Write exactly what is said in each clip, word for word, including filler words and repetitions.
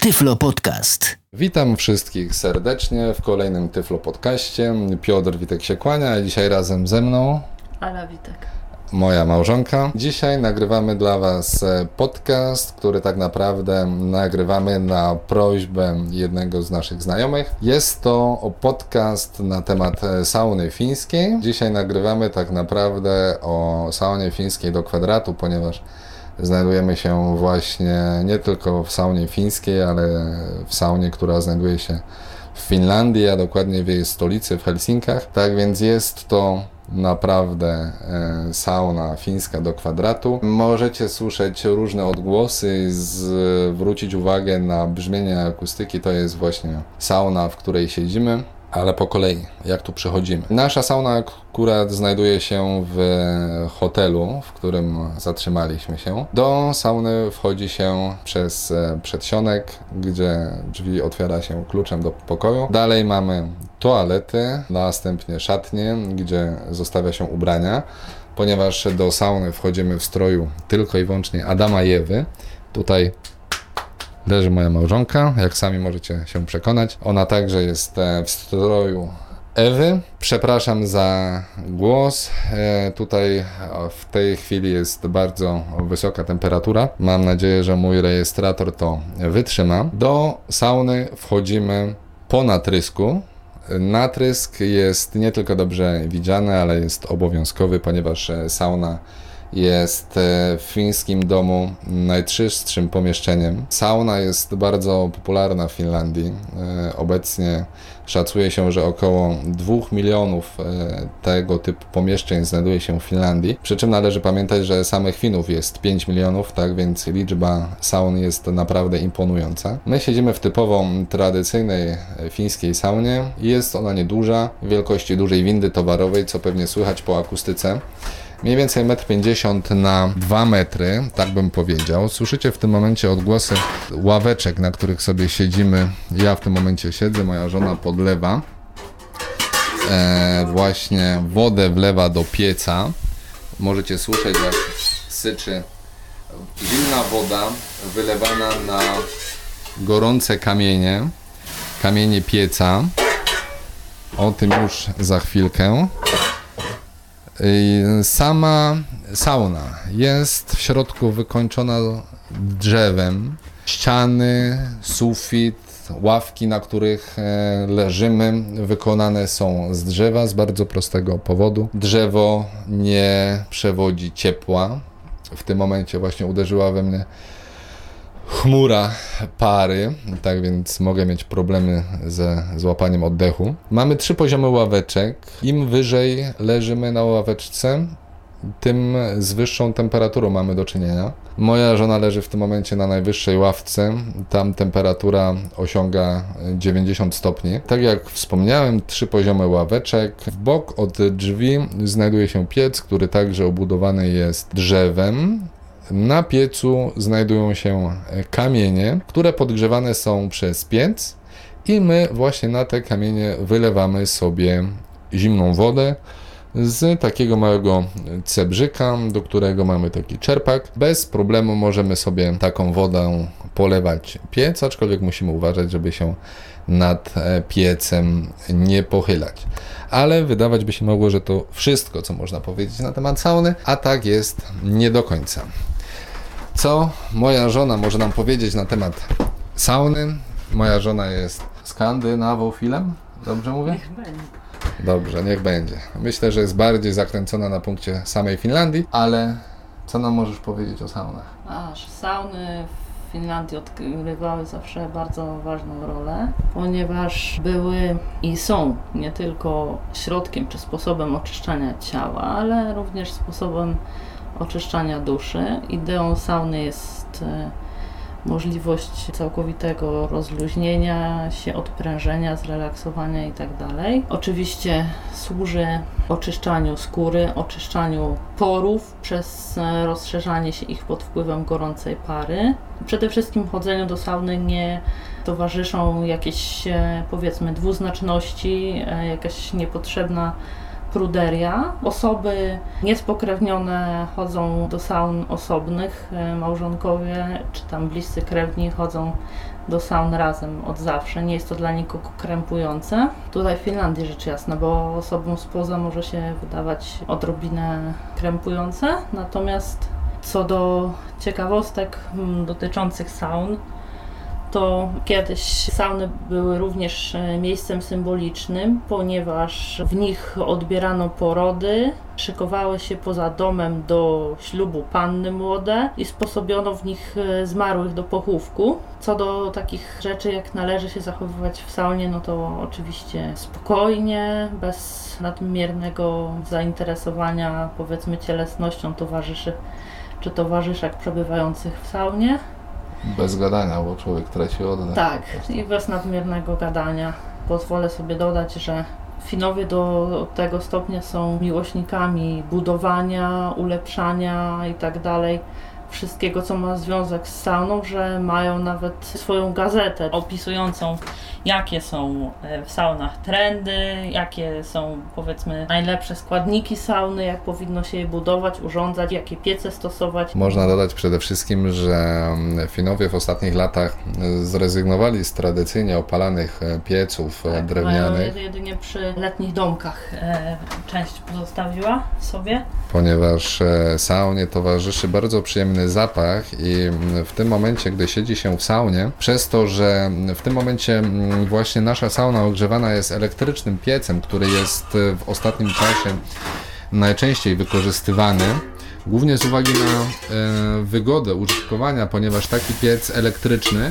Tyflo Podcast. Witam wszystkich serdecznie w kolejnym Tyflo Podcaście. Piotr Witek się kłania, a dzisiaj razem ze mną Ala Witek, moja małżonka. Dzisiaj nagrywamy dla Was podcast, który tak naprawdę nagrywamy na prośbę jednego z naszych znajomych. Jest to podcast na temat sauny fińskiej. Dzisiaj nagrywamy tak naprawdę o saunie fińskiej do kwadratu, ponieważ znajdujemy się właśnie nie tylko w saunie fińskiej, ale w saunie, która znajduje się w Finlandii, a dokładnie w jej stolicy, w Helsinkach. Tak więc jest to naprawdę e, sauna fińska do kwadratu. Możecie słyszeć różne odgłosy, zwrócić uwagę na brzmienie akustyki. To jest właśnie sauna, w której siedzimy. Ale po kolei, jak tu przychodzimy. Nasza sauna akurat znajduje się w hotelu, w którym zatrzymaliśmy się. Do sauny wchodzi się przez przedsionek, gdzie drzwi otwiera się kluczem do pokoju. Dalej mamy toalety, następnie szatnie, gdzie zostawia się ubrania. Ponieważ do sauny wchodzimy w stroju tylko i wyłącznie Adama i Ewy. Tutaj leży moja małżonka, jak sami możecie się przekonać. Ona także jest w stroju Ewy. Przepraszam za głos. Tutaj w tej chwili jest bardzo wysoka temperatura. Mam nadzieję, że mój rejestrator to wytrzyma. Do sauny wchodzimy po natrysku. Natrysk jest nie tylko dobrze widziany, ale jest obowiązkowy, ponieważ sauna jest w fińskim domu najczystszym pomieszczeniem. Sauna jest bardzo popularna w Finlandii. Obecnie szacuje się, że około dwóch milionów tego typu pomieszczeń znajduje się w Finlandii. Przy czym należy pamiętać, że samych Finów jest pięć milionów, tak więc liczba saun jest naprawdę imponująca. My siedzimy w typowo tradycyjnej fińskiej saunie. Jest ona nieduża, wielkości dużej windy towarowej, co pewnie słychać po akustyce. Mniej więcej metr pięćdziesiąt na dwa metry, tak bym powiedział. Słyszycie w tym momencie odgłosy ławeczek, na których sobie siedzimy. Ja w tym momencie siedzę, moja żona podlewa. E, właśnie wodę wlewa do pieca. Możecie słyszeć, jak syczy zimna woda wylewana na gorące kamienie. Kamienie pieca. O tym już za chwilkę. Sama sauna jest w środku wykończona drzewem. Ściany, sufit, ławki, na których leżymy, wykonane są z drzewa z bardzo prostego powodu. Drzewo nie przewodzi ciepła. W tym momencie właśnie uderzyła we mnie chmura pary, tak więc mogę mieć problemy ze złapaniem oddechu. Mamy trzy poziomy ławeczek. Im wyżej leżymy na ławeczce, tym z wyższą temperaturą mamy do czynienia. Moja żona leży w tym momencie na najwyższej ławce. Tam temperatura osiąga dziewięćdziesiąt stopni. Tak jak wspomniałem, trzy poziomy ławeczek. W bok od drzwi znajduje się piec, który także obudowany jest drzewem. Na piecu znajdują się kamienie, które podgrzewane są przez piec i my właśnie na te kamienie wylewamy sobie zimną wodę z takiego małego cebrzyka, do którego mamy taki czerpak. Bez problemu możemy sobie taką wodą polewać piec, aczkolwiek musimy uważać, żeby się nad piecem nie pochylać. Ale wydawać by się mogło, że to wszystko, co można powiedzieć na temat sauny, a tak jest nie do końca. Co moja żona może nam powiedzieć na temat sauny? Moja żona jest skandynawofilem, dobrze mówię? Niech będzie. Dobrze, niech będzie. Myślę, że jest bardziej zakręcona na punkcie samej Finlandii, ale co nam możesz powiedzieć o saunach? A, że sauny w Finlandii odgrywały zawsze bardzo ważną rolę, ponieważ były i są nie tylko środkiem czy sposobem oczyszczania ciała, ale również sposobem oczyszczania duszy. Ideą sauny jest możliwość całkowitego rozluźnienia się, odprężenia, zrelaksowania itd. Oczywiście służy oczyszczaniu skóry, oczyszczaniu porów przez rozszerzanie się ich pod wpływem gorącej pary. Przede wszystkim chodzeniu do sauny nie towarzyszą jakieś, powiedzmy, dwuznaczności, jakaś niepotrzebna pruderia. Osoby niespokrewnione chodzą do saun osobnych, małżonkowie czy tam bliscy krewni chodzą do saun razem od zawsze, nie jest to dla nikogo krępujące. Tutaj w Finlandii rzecz jasna, bo osobom spoza może się wydawać odrobinę krępujące, natomiast co do ciekawostek dotyczących saun, to kiedyś sauny były również miejscem symbolicznym, ponieważ w nich odbierano porody, szykowały się poza domem do ślubu panny młode i sposobiono w nich zmarłych do pochówku. Co do takich rzeczy, jak należy się zachowywać w saunie, no to oczywiście spokojnie, bez nadmiernego zainteresowania, powiedzmy, cielesnością towarzyszy czy towarzyszek przebywających w saunie. Bez gadania, bo człowiek traci oddech. Tak, i bez nadmiernego gadania. Pozwolę sobie dodać, że Finowie do tego stopnia są miłośnikami budowania, ulepszania i tak dalej, wszystkiego, co ma związek z sauną, że mają nawet swoją gazetę opisującą, jakie są w saunach trendy, jakie są, powiedzmy, najlepsze składniki sauny, jak powinno się je budować, urządzać, jakie piece stosować. Można dodać przede wszystkim, że Finowie w ostatnich latach zrezygnowali z tradycyjnie opalanych pieców tak, drewnianych. Mają jedynie przy letnich domkach e, część pozostawiła sobie. Ponieważ saunie towarzyszy bardzo przyjemny zapach i w tym momencie, gdy siedzi się w saunie, przez to, że w tym momencie właśnie nasza sauna ogrzewana jest elektrycznym piecem, który jest w ostatnim czasie najczęściej wykorzystywany, głównie z uwagi na e, wygodę użytkowania, ponieważ taki piec elektryczny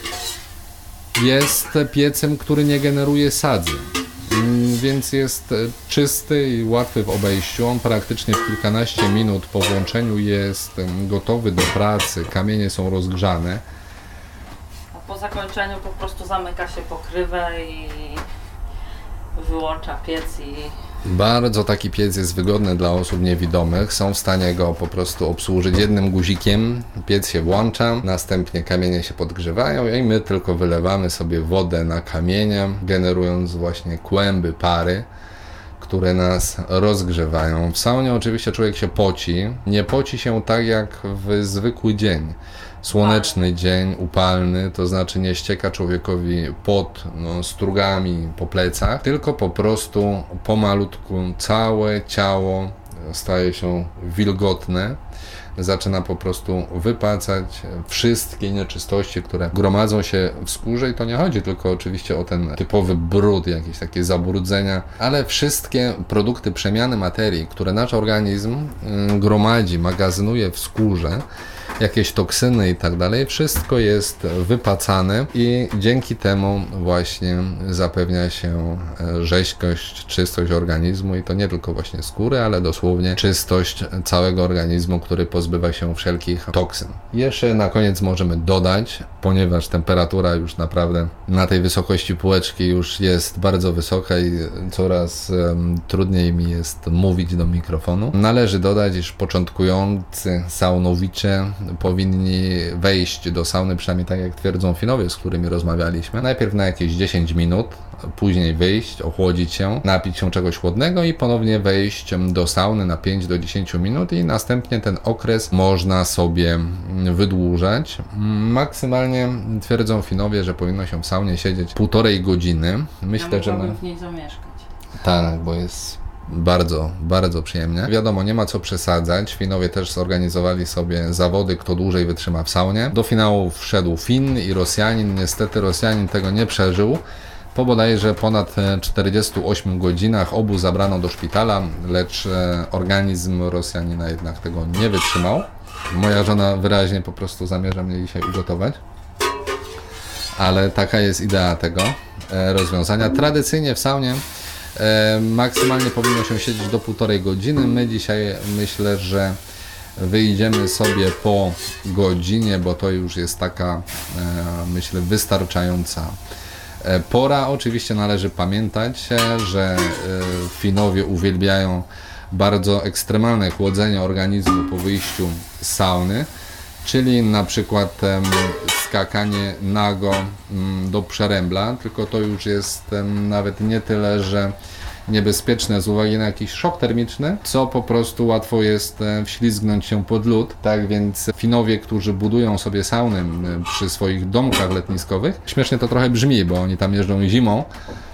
jest piecem, który nie generuje sadzy. Więc jest czysty i łatwy w obejściu. On praktycznie w kilkanaście minut po włączeniu jest gotowy do pracy. Kamienie są rozgrzane. A po zakończeniu po prostu zamyka się pokrywę i wyłącza piec i... Bardzo taki piec jest wygodny dla osób niewidomych. Są w stanie go po prostu obsłużyć jednym guzikiem. Piec się włącza, następnie kamienie się podgrzewają i my tylko wylewamy sobie wodę na kamienie, generując właśnie kłęby pary, które nas rozgrzewają. W saunie oczywiście człowiek się poci. Nie poci się tak jak w zwykły dzień. Słoneczny dzień, upalny, to znaczy nie ścieka człowiekowi pot no, strugami po plecach, tylko po prostu pomalutku całe ciało staje się wilgotne, zaczyna po prostu wypacać wszystkie nieczystości, które gromadzą się w skórze i to nie chodzi tylko oczywiście o ten typowy brud, jakieś takie zabrudzenia, ale wszystkie produkty przemiany materii, które nasz organizm gromadzi, magazynuje w skórze, jakieś toksyny i tak dalej, wszystko jest wypacane i dzięki temu właśnie zapewnia się rzeźkość, czystość organizmu i to nie tylko właśnie skóry, ale dosłownie czystość całego organizmu, który pozbywa się wszelkich toksyn. Jeszcze na koniec możemy dodać, ponieważ temperatura już naprawdę na tej wysokości półeczki już jest bardzo wysoka i coraz um, trudniej mi jest mówić do mikrofonu, należy dodać, iż początkujący saunowicze powinni wejść do sauny, przynajmniej tak jak twierdzą Finowie, z którymi rozmawialiśmy, najpierw na jakieś dziesięć minut, później wyjść, ochłodzić się, napić się czegoś chłodnego i ponownie wejść do sauny na pięć do dziesięciu minut i następnie ten okres można sobie wydłużać. Maksymalnie twierdzą Finowie, że powinno się w saunie siedzieć półtorej godziny. Myślę, ja że my... w niej zamieszkać. Tak, bo jest bardzo, bardzo przyjemnie. Wiadomo, nie ma co przesadzać. Finowie też zorganizowali sobie zawody, kto dłużej wytrzyma w saunie. Do finału wszedł Fin i Rosjanin. Niestety Rosjanin tego nie przeżył. Po bodajże ponad czterdziestu ośmiu godzinach obu zabrano do szpitala, lecz organizm Rosjanina jednak tego nie wytrzymał. Moja żona wyraźnie po prostu zamierza mnie dzisiaj ugotować. Ale taka jest idea tego rozwiązania. Tradycyjnie w saunie E, maksymalnie powinno się siedzieć do półtorej godziny. My dzisiaj myślę, że wyjdziemy sobie po godzinie, bo to już jest taka, e, myślę, wystarczająca e, pora. Oczywiście należy pamiętać, że e, Finowie uwielbiają bardzo ekstremalne chłodzenie organizmu po wyjściu z sauny, czyli na przykład em, skakanie nago m, do przerębla, tylko to już jest em, nawet nie tyle, że niebezpieczne z uwagi na jakiś szok termiczny, co po prostu łatwo jest wślizgnąć się pod lód. Tak więc Finowie, którzy budują sobie sauny przy swoich domkach letniskowych, śmiesznie to trochę brzmi, bo oni tam jeżdżą zimą,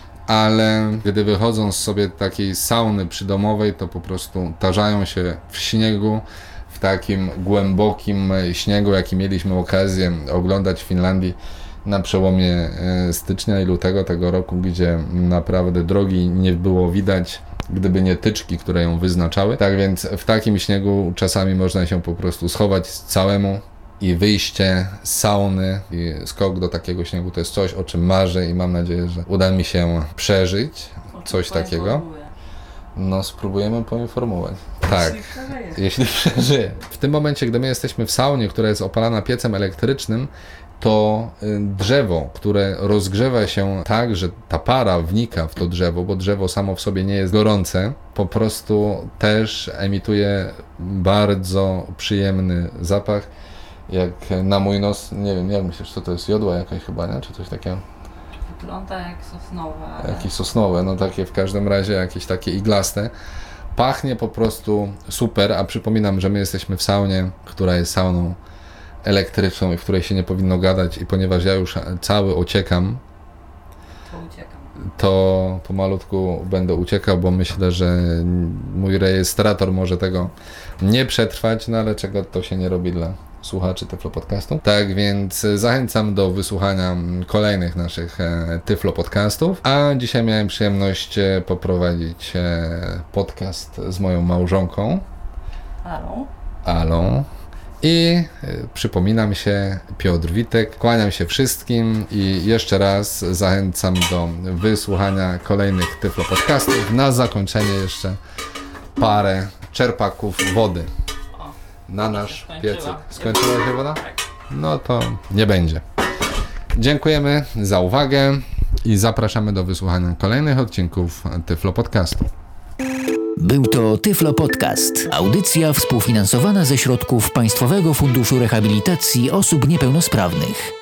ale gdy wychodzą z sobie takiej sauny przydomowej, to po prostu tarzają się w śniegu, w takim głębokim śniegu, jaki mieliśmy okazję oglądać w Finlandii na przełomie stycznia i lutego tego roku, gdzie naprawdę drogi nie było widać, gdyby nie tyczki, które ją wyznaczały. Tak więc w takim śniegu czasami można się po prostu schować całemu i wyjście z sauny i skok do takiego śniegu to jest coś, o czym marzę i mam nadzieję, że uda mi się przeżyć coś takiego. No, spróbujemy poinformować. Tak, jeśli przeżyję. W tym momencie, gdy my jesteśmy w saunie, która jest opalana piecem elektrycznym, to drzewo, które rozgrzewa się tak, że ta para wnika w to drzewo, bo drzewo samo w sobie nie jest gorące, po prostu też emituje bardzo przyjemny zapach, jak na mój nos, nie wiem, jak myślisz, co to jest, jodła jakaś chyba, nie? Czy coś takiego? Wygląda jak sosnowe. Ale... Jakieś sosnowe, no takie w każdym razie, jakieś takie iglaste. Pachnie po prostu super, a przypominam, że my jesteśmy w saunie, która jest sauną elektryczną i w której się nie powinno gadać i ponieważ ja już cały ociekam, to uciekam. To pomalutku będę uciekał, bo myślę, że mój rejestrator może tego nie przetrwać, no ale czego to się nie robi dla słuchaczy Tyflo Podcastu. Tak więc zachęcam do wysłuchania kolejnych naszych Tyflo Podcastów, a dzisiaj miałem przyjemność poprowadzić podcast z moją małżonką Alą. Alą. I przypominam się, Piotr Witek, kłaniam się wszystkim i jeszcze raz zachęcam do wysłuchania kolejnych Tyflo Podcastów. Na zakończenie jeszcze parę czerpaków wody na nasz piecyk. Skończyła się woda? No to nie będzie. Dziękujemy za uwagę i zapraszamy do wysłuchania kolejnych odcinków Tyflo Podcastu. Był to Tyflo Podcast. Audycja współfinansowana ze środków Państwowego Funduszu Rehabilitacji Osób Niepełnosprawnych.